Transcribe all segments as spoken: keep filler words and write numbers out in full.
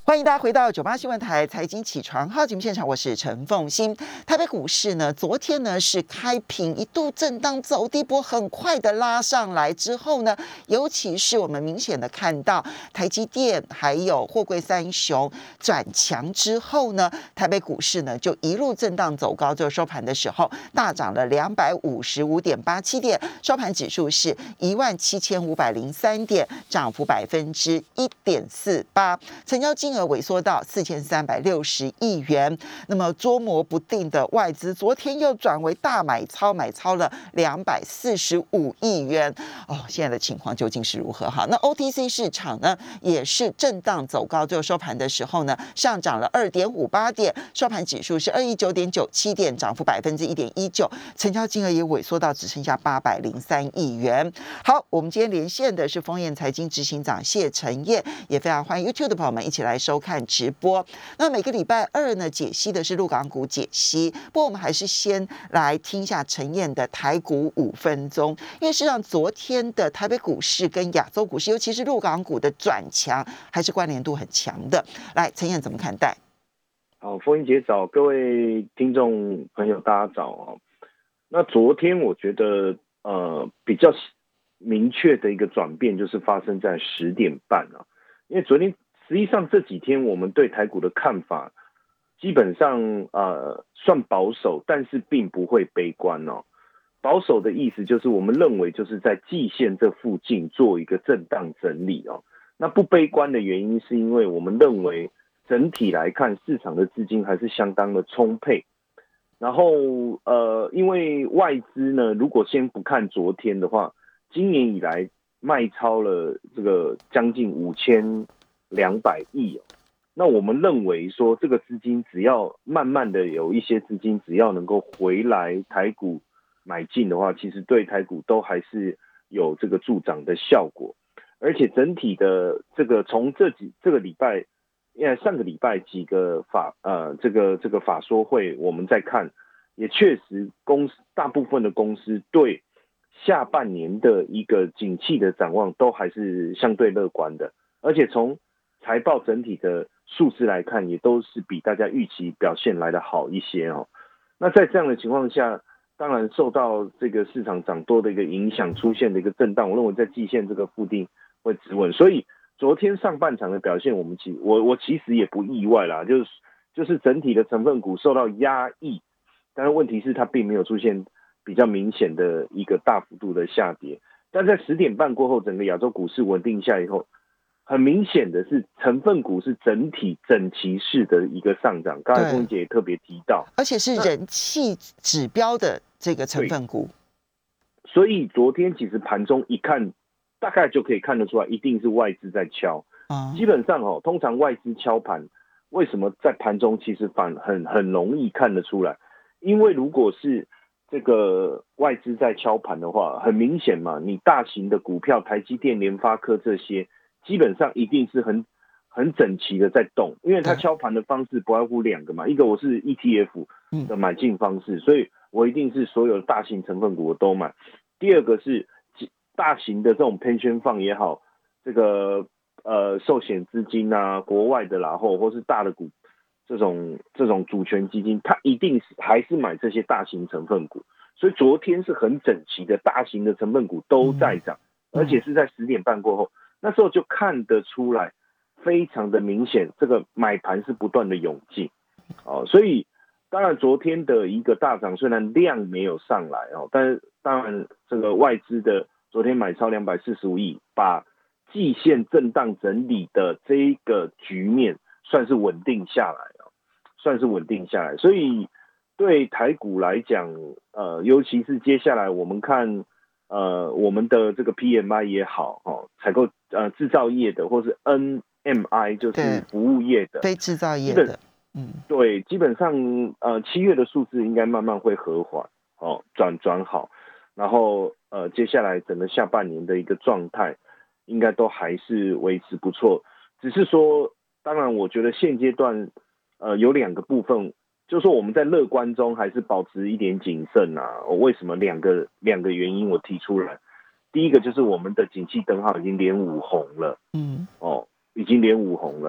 欢迎大家回到九八新闻台财经起床号节目现场，我是陈凤馨。台北股市呢，昨天呢是开平一度震荡走低波，很快的拉上来之后呢，尤其是我们明显的看到台积电还有货柜三雄转强之后呢，台北股市呢就一路震荡走高，最后收盘的时候大涨了两百五十五点八七点，收盘指数是一万七千五百零三点，涨幅百分之一点四八，成交金额萎缩到四千三百六十亿元。那么捉摸不定的外资昨天又转为大买超，买超了两百四十五亿元。哦，现在的情况究竟是如何？好，那 O T C 市场呢也是震荡走高，最后收盘的时候呢上涨了二点五八点，收盘指数是二一九点九七点，涨幅百分之一点一九，成交金额也萎缩到只剩下八百零三亿元。好，我们今天连线的是丰彦财经执行长谢晨彦，也非常欢迎 YouTube 的朋友们一起来收看直播。那每个礼拜二呢，解析的是陆港股解析。不过我们还是先来听一下晨彦的台股五分钟，因为事实上昨天的台北股市跟亚洲股市，尤其是陆港股的转强，还是关联度很强的。来，晨彦怎么看待？ 好，丰英姐早，各位听众朋友大家早哦。那昨天我觉得呃比较明确的一个转变，就是发生在十点半啊，因为昨天实际上这几天我们对台股的看法基本上呃算保守，但是并不会悲观哦。保守的意思就是我们认为就是在季线这附近做一个震荡整理哦。那不悲观的原因是因为我们认为整体来看市场的资金还是相当的充沛。然后呃因为外资呢，如果先不看昨天的话，今年以来卖超了这个将近五千两百亿哦。那我们认为说这个资金只要慢慢的有一些资金只要能够回来台股买进的话，其实对台股都还是有这个助涨的效果。而且整体的这个从这几这个礼拜，因为上个礼拜几个法呃这个这个法说会我们在看，也确实公司大部分的公司对下半年的一个景气的展望都还是相对乐观的，而且从财报整体的数字来看，也都是比大家预期表现来的好一些哦。那在这样的情况下，当然受到这个市场涨多的一个影响，出现的一个震荡，我认为在季线这个附近会止稳。所以昨天上半场的表现，我们其我我其实也不意外啦，就是就是整体的成分股受到压抑，但是问题是它并没有出现比较明显的一个大幅度的下跌。但在十点半过后，整个亚洲股市稳定下以后，很明显的是成分股是整体整齐式的一个上涨。刚才凤姐也特别提到， 而且是人气指标的这个成分股。 所以昨天其实盘中一看，大概就可以看得出来，一定是外资在敲。嗯、基本上哦，通常外资敲盘，为什么在盘中其实反很很容易看得出来？因为如果是这个外资在敲盘的话，很明显嘛，你大型的股票，台积电、联发科这些，基本上一定是很很整齐的在动，因为它敲盘的方式不外乎两个嘛，一个我是 E T F 的买进方式，所以我一定是所有的大型成分股我都买。第二个是大型的这种 pension fund 也好，这个呃寿险资金啊，国外的啦，或或是大的股这种这种主权基金，它一定是还是买这些大型成分股。所以昨天是很整齐的，大型的成分股都在涨，而且是在十点半过后，那时候就看得出来，非常的明显，这个买盘是不断的涌进，哦，所以当然昨天的一个大涨，虽然量没有上来哦，但是当然这个外资的昨天买超两百四十五亿，把季线震荡整理的这一个局面算是稳定下来哦，算是稳定下来，所以对台股来讲，呃，尤其是接下来我们看。呃，我们的这个 P M I 也好，哦，采购呃制造业的，或是 N M I 就是服务业的， 非制造业的， 嗯，对，基本上呃七月的数字应该慢慢会和缓，哦，转转好，然后呃接下来整个下半年的一个状态，应该都还是维持不错，只是说，当然我觉得现阶段呃有两个部分。就是说我们在乐观中还是保持一点谨慎啊。我为什么两个两个原因我提出来？第一个就是我们的景气灯号已经连五红了，嗯，哦，已经连五红了。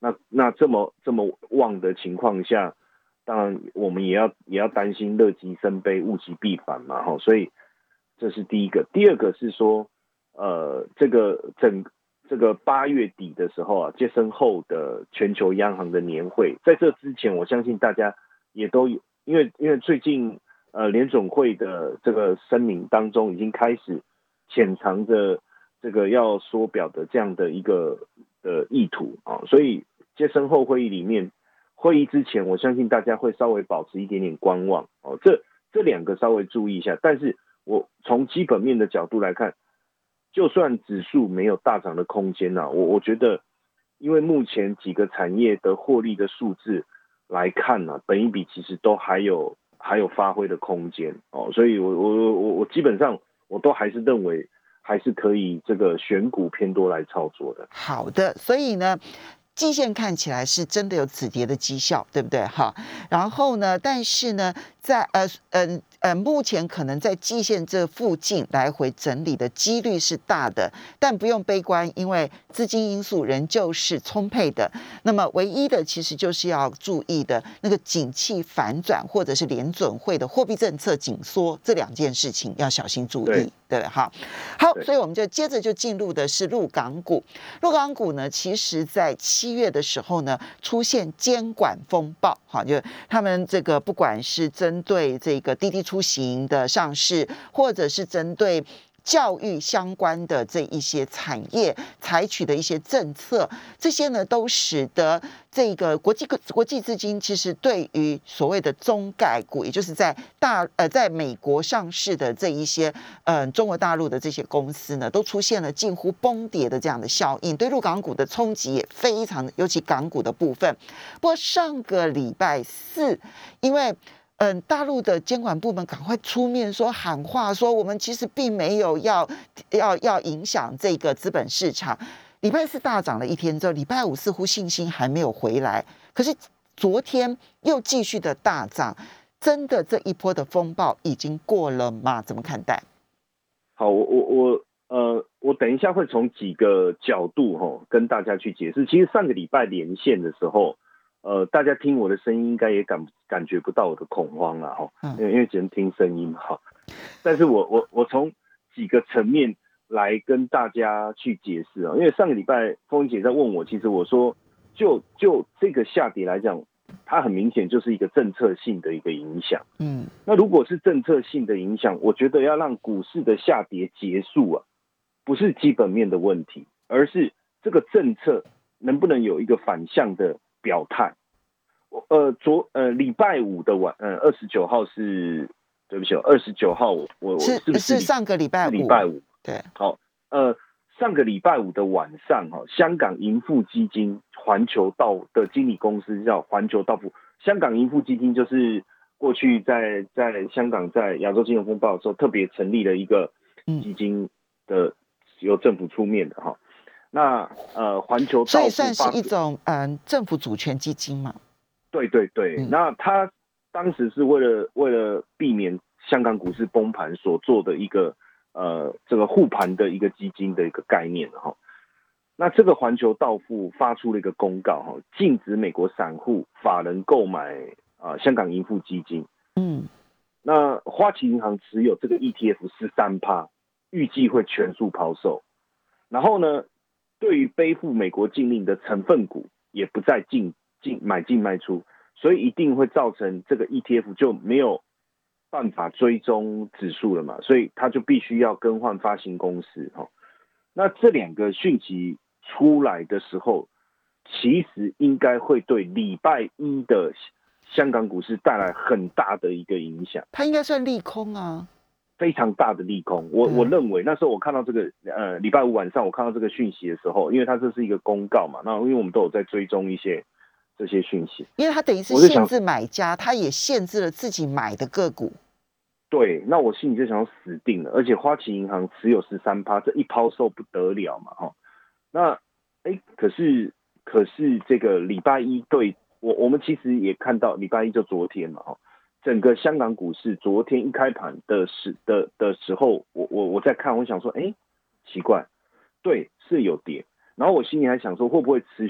那那这么这么旺的情况下，当然我们也要也要担心乐极生悲，物极必反嘛，哈，所以这是第一个。第二个是说，呃，这个整这个八月底的时候啊，杰森后的全球央行的年会，在这之前，我相信大家也都有，因为因为最近呃联准会的这个声明当中已经开始潜藏着这个要缩表的这样的一个的意图啊，所以杰森后会议里面。会议之前，我相信大家会稍微保持一点点观望哦，这这两个稍微注意一下。但是我从基本面的角度来看，就算指数没有大涨的空间啊，我我觉得，因为目前几个产业的获利的数字来看呢、啊，本益比其实都还有还有发挥的空间哦，所以我我我我基本上我都还是认为还是可以这个选股偏多来操作的。 好的，所以呢。季线看起来是真的有止跌的绩效，对不对？哈，然后呢，但是呢，在呃呃呃，目前可能在季线这附近来回整理的几率是大的，但不用悲观，因为资金因素仍旧是充沛的。那么唯一的其实就是要注意的那个景气反转，或者是联准会的货币政策紧缩这两件事情要小心注意。对，对，好，好，所以我们就接着就进入的是陆港股。陆港股呢，其实在七月的时候呢，出现监管风暴，哈，就他们这个不管是针对这个滴滴出行的上市，或者是针对教育相关的这一些产业采取的一些政策，这些呢都使得这个国际国际资金其实对于所谓的中概股，也就是在大呃在美国上市的这一些呃中国大陆的这些公司呢，都出现了近乎崩跌的这样的效应，对陆港股的冲击也非常，尤其港股的部分。不过上个礼拜四，因为嗯，大陆的监管部门赶快出面说喊话，说我们其实并没有要要要影响这个资本市场。礼拜四大涨了一天之后，礼拜五似乎信心还没有回来，可是昨天又继续的大涨，真的这一波的风暴已经过了吗？怎么看待？ 好，我我我呃，我等一下会从几个角度哈、哦、跟大家去解释。其实上个礼拜连线的时候。呃，大家听我的声音应该也感感觉不到我的恐慌了哈，因为因为只能听声音哈。但是我我我从几个层面来跟大家去解释啊，因为上个礼拜凤姐在问我，其实我说就就这个下跌来讲，它很明显就是一个政策性的一个影响。嗯，那如果是政策性的影响，我觉得要让股市的下跌结束啊，不是基本面的问题，而是这个政策能不能有一个反向的表态。呃，昨呃礼拜五的晚，呃二十九号是，对不起，二十九号我我是是不是是上个礼拜五？ 礼拜五， 对， 好，呃上个礼拜五的晚上哈、哦，香港盈富基金环球道的经理公司叫环球道富，香港盈富基金就是过去在在香港在亚洲金融风暴的时候特别成立了一个基金的，由政府出面的哈。那呃，环球道富所以算是一种嗯、呃、政府主权基金嘛。 对对对，嗯、那他当时是为了为了避免香港股市崩盘所做的一个呃这个护盘的一个基金的一个概念哈。那这个环球道富发出了一个公告哈，禁止美国散户法人购买啊、呃、香港盈富基金。嗯，那花旗银行持有这个 E T F 十三趴，预计会全数抛售。然后呢，对于背负美国禁令的成分股，也不再禁。进买进卖出，所以一定会造成这个 E T F 就没有办法追踪指数了嘛，所以它就必须要更换发行公司哈。那这两个讯息出来的时候，其实应该会对礼拜一的香港股市带来很大的一个影响。 它应该算利空啊， 非常大的利空。我我认为那时候我看到这个呃礼拜五晚上我看到这个讯息的时候，因为它这是一个公告嘛，那因为我们都有在追踪一些。这些讯息， 因为它等于是限制买家，它也限制了自己买的个股。 对，那我心里就想死定了，而且花旗银行持有十三趴，这一抛售不得了嘛，哈。那哎，可是可是这个礼拜一对我我们其实也看到礼拜一就昨天嘛，哈，整个香港股市昨天一开盘的时的的时候，我我我在看，我想说，哎，奇怪，对，是有跌，然后我心里还想说，会不会持续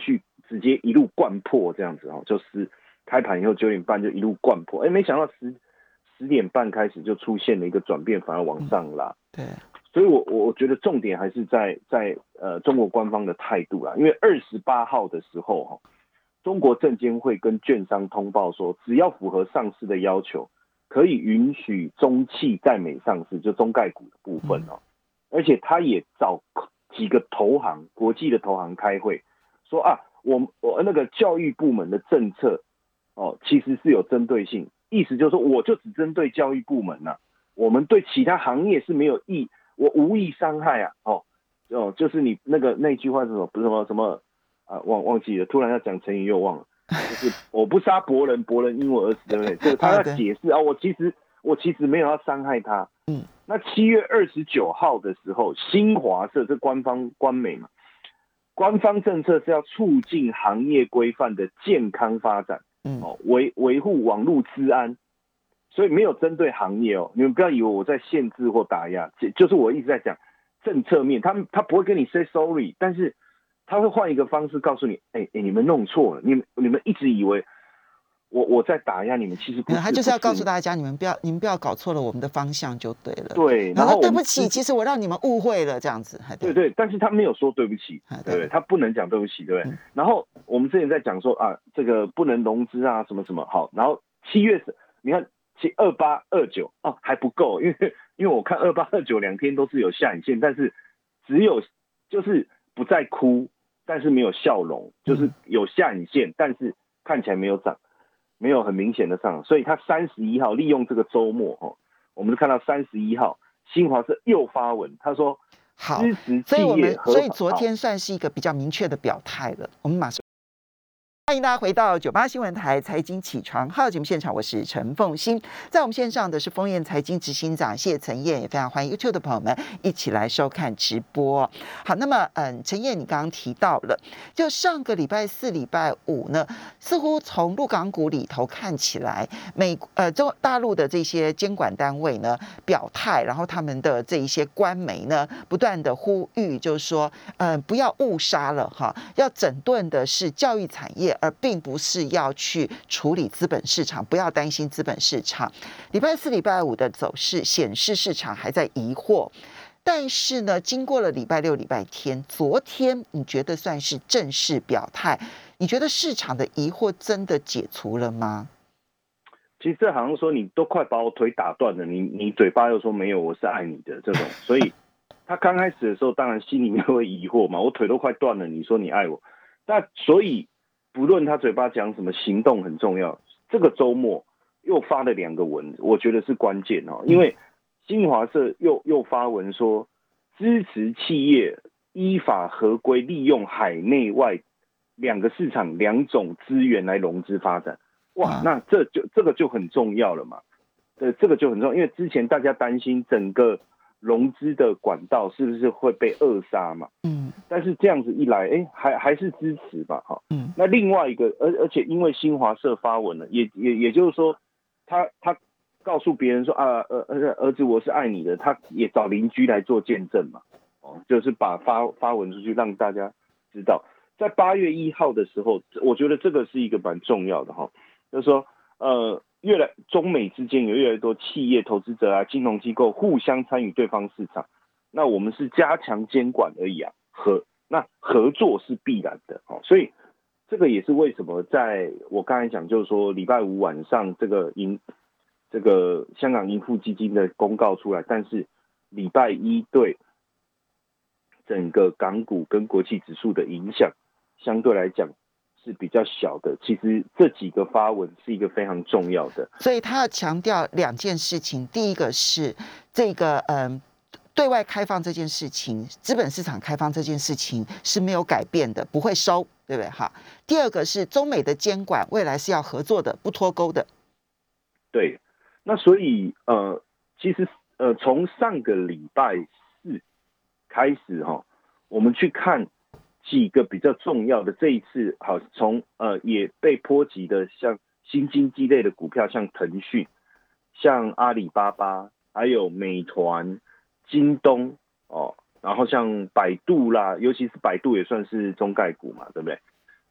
直接一路灌破这样子哦，就是开盘以后九点半就一路灌破，哎，没想到十十点半开始就出现了一个转变，反而往上拉。 对， 所以我我觉得重点还是在在呃中国官方的态度啦，因为二十八号的时候哈，中国证监会跟券商通报说，只要符合上市的要求，可以允许中企在美上市，就中概股的部分哦。而且他也找几个投行，国际的投行开会，说啊，我我那个教育部门的政策哦，其实是有针对性，意思就是说，我就只针对教育部门呐、啊，我们对其他行业是没有意，我无意伤害啊，哦哦，就是你那个那句话是什么？不是什么什么啊，忘忘记了，突然要讲成语又忘了，就是我不杀伯仁，伯仁因我而死，对不对？就是他要解释啊，我其实我其实没有要伤害他。嗯，那七月二十九号的时候，新华社这官方官媒嘛，官方政策是要促进行业规范的健康发展，哦，维维护网络治安，所以没有针对行业哦，你们不要以为我在限制或打压，就是我一直在讲政策面，他他不会跟你 say sorry， 但是他会换一个方式告诉你，哎哎，你们弄错了，你们你们一直以为我我在打压你们，其实不是， 他就是要告诉大家，你们不要你们不要搞错了我们的方向就对了。 对， 然后对不起，其实我让你们误会了这样子。 对 对, 对，但是他没有说对不起，对不对？他不能讲对不起，对不对？嗯、然后我们之前在讲说啊，这个不能融资啊，什么什么好，然后七月你看七二八二九哦还不够，因为因为我看二八二九两天都是有下影线，但是只有就是不再哭，但是没有笑容，就是有下影线，但是看起来没有涨。没有很明显的上，所以他三十一号利用这个周末哦，我们就看到三十一号新华社又发文，他说支持企业合法， 所以我们所以昨天算是一个比较明确的表态了。我们马上欢迎大家回到九八新闻台财经起床号节目现场，我是陈凤馨，在我们线上的是丰彦财经执行长谢晨燕，也非常欢迎 YouTube 的朋友们一起来收看直播。好，那么嗯，晨燕你刚刚提到了，就上个礼拜四、礼拜五呢，似乎从陆港股里头看起来，美呃中大陆的这些监管单位呢表态，然后他们的这一些官媒呢不断的呼吁，就是说，嗯，不要误杀了哈，要整顿的是教育产业。而并不是要去处理资本市场，不要担心资本市场。礼拜四、礼拜五的走势显示市场还在疑惑，但是呢，经过了礼拜六、礼拜天，昨天你觉得算是正式表态？你觉得市场的疑惑真的解除了吗？ 其实这好像说你都快把我腿打断了，你你嘴巴又说没有，我是爱你的这种，所以他刚开始的时候，当然心里面会疑惑嘛，我腿都快断了，你说你爱我，那所以。不论他嘴巴讲什么，行动很重要。这个周末又发了两个文，我觉得是关键哦，因为新华社又又发文说，支持企业依法合规利用海内外两个市场两种资源来融资发展。哇，那这就这个就很重要了嘛。对，这个就很重要，因为之前大家担心整个融资的管道是不是会被扼杀嘛？嗯，但是这样子一来，哎，还还是支持吧，哈。嗯，那另外一个，而而且因为新华社发文了，也也也就是说，他他告诉别人说啊，儿儿子我是爱你的，他也找邻居来做见证嘛，哦，就是把发发文出去让大家知道，在八月一号的时候，我觉得这个是一个蛮重要的哈，就是说，呃。越来中美之间有越来越多企业投资者啊、金融机构互相参与对方市场，那我们是加强监管而已啊，合那合作是必然的哦，所以这个也是为什么在我刚才讲，就是说礼拜五晚上这个银这个香港盈富基金的公告出来，但是礼拜一对整个港股跟国际指数的影响相对来讲。是比较小的，其实这几个发文是一个非常重要的， 所以他要强调两件事情，第一个是这个嗯对外开放这件事情，资本市场开放这件事情是没有改变的，不会收，对不对？哈。第二个是中美的监管未来是要合作的，不脱钩的。 对，那所以呃，其实呃，从上个礼拜四开始哈，我们去看。几个比较重要的，这一次好从呃也被波及的，像新经济类的股票，像腾讯、像阿里巴巴，还有美团、京东哦，然后像百度啦，尤其是百度也算是中概股嘛，对不对？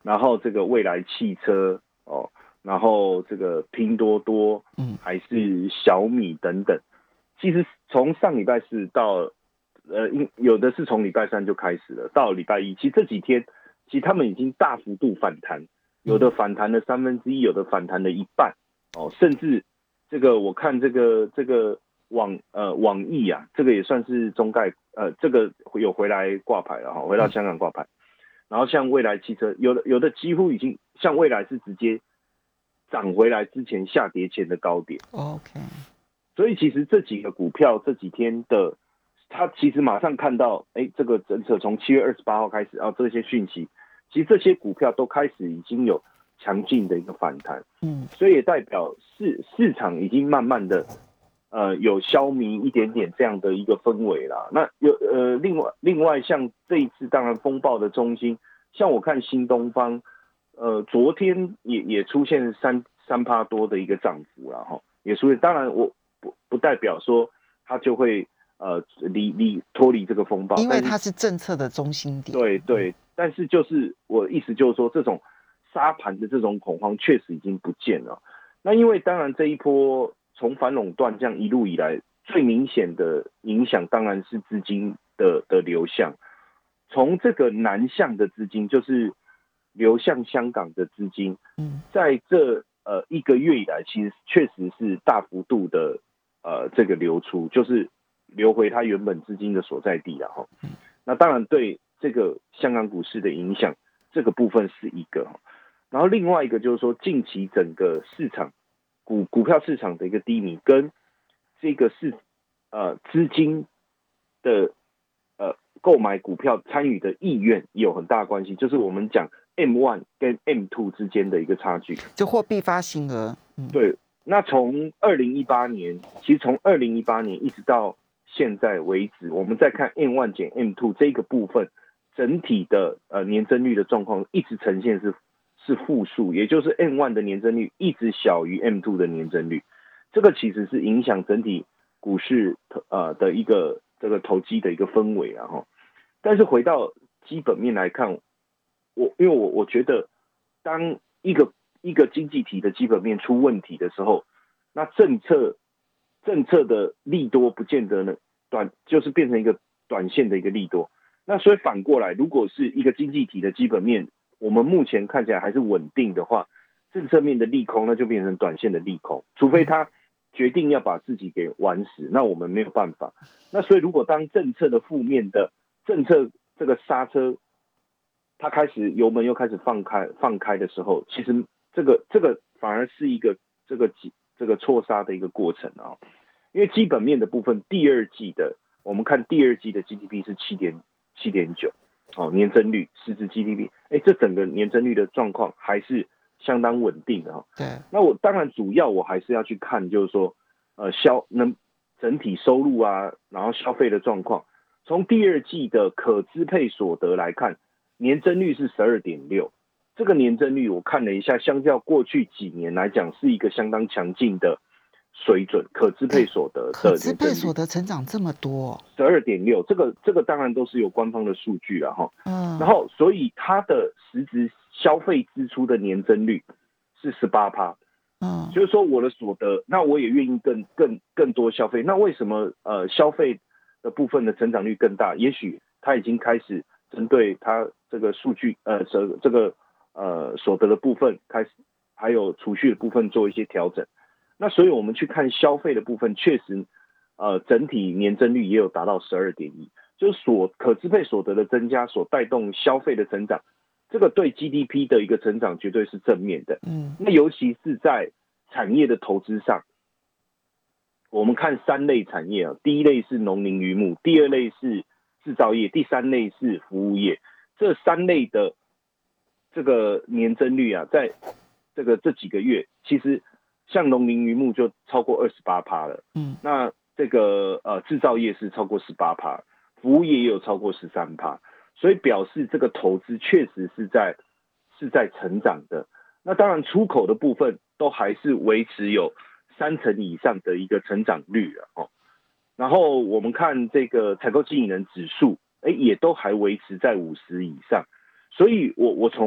然后这个未来汽车哦，然后这个拼多多， 嗯， 还是小米等等，其实从上礼拜四到呃，有的是从礼拜三就开始了，到礼拜一，其实这几天其实他们已经大幅度反弹，有的反弹了三分之一，有的反弹了一半哦，甚至这个我看这个这个网呃网易啊，这个也算是中概呃这个有回来挂牌了哈，回到香港挂牌。然后像未来汽车，有的有的几乎已经像未来是直接涨回来之前下跌前的高点。 OK， 所以其实这几个股票这几天的，它其实马上看到，哎，这个政策从七月二十八号开始，啊，这些讯息，其实这些股票都开始已经有强劲的一个反弹。 嗯， 所以也代表市市场已经慢慢的。呃，有消弭一点点这样的一个氛围啦。那有呃，另外另外像这一次当然风暴的中心，像我看新东方，呃，昨天也也出现三三趴多的一个涨幅啦哈，也出现。当然我不不代表说它就会呃离离脱离这个风暴， 因为它是政策的中心点。 对对，但是就是我意思就是说，这种杀盘的这种恐慌确实已经不见了。那因为当然这一波。从反垄断这样一路以来，最明显的影响当然是资金的的流向。从这个南向的资金，就是流向香港的资金，在这呃一个月以来，其实确实是大幅度的呃这个流出，就是流回它原本资金的所在地了哈。那当然对这个香港股市的影响，这个部分是一个。然后另外一个就是说，近期整个市场。股股票市场的一个低迷，跟这个是呃资金的呃购买股票参与的意愿也有很大的关系，就是我们讲 M 一 跟 M 二 之间的一个差距， 就货币发行额。 嗯、对，那从二零一八年，其实从二零一八年一直到现在为止，我们再看 M 一 减 M 二 这个部分，整体的呃年增率的状况一直呈现是。是负数，也就是 M 一 的年增率一直小于 M 二 的年增率，这个其实是影响整体股市呃的一个这个投机的一个氛围啊哈。但是回到基本面来看，我因为我我觉得，当一个一个经济体的基本面出问题的时候，那政策政策的利多不见得呢短就是变成一个短线的一个利多。那所以反过来，如果是一个经济体的基本面，我们目前看起来还是稳定的话，政策面的利空那就变成短线的利空，除非他决定要把自己给玩死，那我们没有办法。那所以如果当政策的负面的政策这个刹车，它开始油门又开始放开放开的时候，其实这个这个反而是一个这个这个错杀的一个过程啊。因为基本面的部分，第二季的我们看第二季的 G D P 是七点七点九。哦，年增率、实质 G D P， 哎，这整个年增率的状况还是相当稳定的哈。 对。 那我当然主要我还是要去看，就是说，呃，消能整体收入啊，然后消费的状况。从第二季的可支配所得来看，年增率是十二点六，这个年增率我看了一下，相较过去几年来讲，是一个相当强劲的。水准可支配所得的可支配所得成长这么多， 十二点六，这个这个当然都是有官方的数据了哈。 嗯， 然后所以它的实质消费支出的年增率是十八趴，嗯，就是说我的所得，那我也愿意更更更多消费。那为什么呃消费的部分的成长率更大？也许它已经开始针对它这个数据呃这这个呃所得的部分开始，还有储蓄的部分做一些调整。那所以我们去看消费的部分，确实，呃，整体年增率也有达到十二点一，就是所可支配所得的增加所带动消费的成长，这个对 G D P 的一个成长绝对是正面的。嗯，那尤其是在产业的投资上，我们看三类产业啊，第一类是农林渔牧，第二类是制造业，第三类是服务业。这三类的这个年增率啊，在这个这几个月，其实。像农林渔牧就超过二十八趴了，嗯，那这个呃制造业是超过十八趴，服务业也有超过十三趴，所以表示这个投资确实是在是在成长的。那当然出口的部分都还是维持有三成以上的一个成长率了哦。然后我们看这个采购经理人指数，哎，也都还维持在五十以上。所以我我从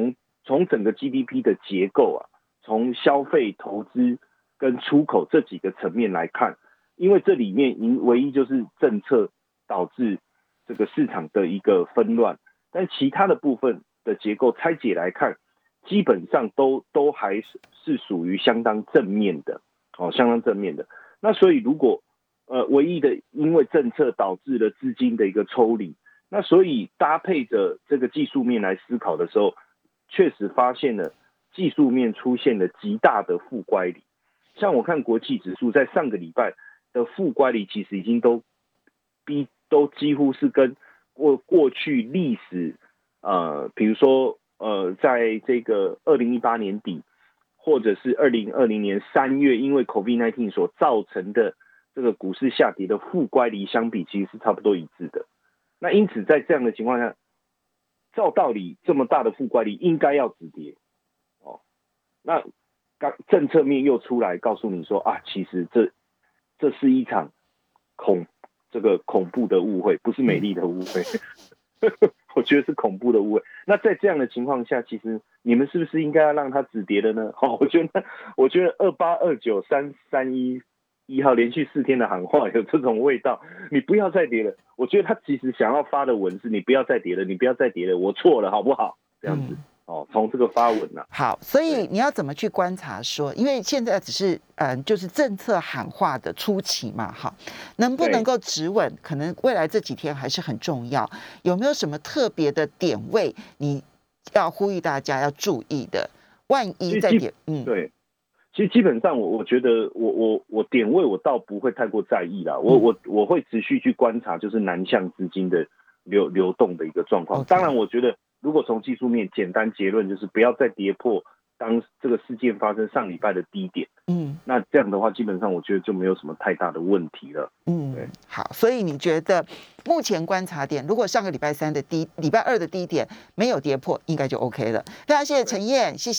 从整个 G D P 的结构啊，从消费、投资跟出口这几个层面来看，因为这里面唯一就是政策导致这个市场的一个纷乱，但其他的部分的结构拆解来看，基本上都都还是是属于相当正面的，哦，相当正面的。那所以如果呃唯一的因为政策导致了资金的一个抽离，那所以搭配着这个技术面来思考的时候，确实发现了技术面出现了极大的负乖离。像我看国际指数在上个礼拜的负乖离，其实已经都逼都几乎是跟过过去历史呃，比如说呃，在这个二零一八年底，或者是二零二零年三月，因为 COVID 十九 所造成的这个股市下跌的负乖离相比，其实是差不多一致的。那因此在这样的情况下，照道理这么大的负乖离应该要止跌，哦，那刚政策面又出来告诉你说啊，其实这这是一场恐这个恐怖的误会，不是美丽的误会。我觉得是恐怖的误会。那在这样的情况下，其实你们是不是应该要让它止跌的呢？哦，我觉得，我觉得二八二九三三一一号连续四天的喊话有这种味道，你不要再跌了。我觉得他其实想要发的文是，你不要再跌了，你不要再跌了，我错了，好不好？这样子。嗯哦，从这个发文啊， 好，所以你要怎么去观察说，因为现在只是嗯、呃，就是政策喊话的初期嘛，哈，能不能够止稳，可能未来这几天还是很重要。有没有什么特别的点位，你要呼吁大家要注意的？万一再点，嗯， 对，其实基本上我我觉得我我我点位我倒不会太过在意啦，我我我会持续去观察，就是南向资金的流流动的一个状况。当然，我觉得。如果从技术面简单结论就是不要再跌破当这个事件发生上礼拜的低点，嗯，那这样的话基本上我觉得就没有什么太大的问题了， 嗯，对，好，所以你觉得目前观察点，如果上个礼拜三的低礼拜二的低点没有跌破，应该就 OK 了。非常谢谢陈燕，谢谢。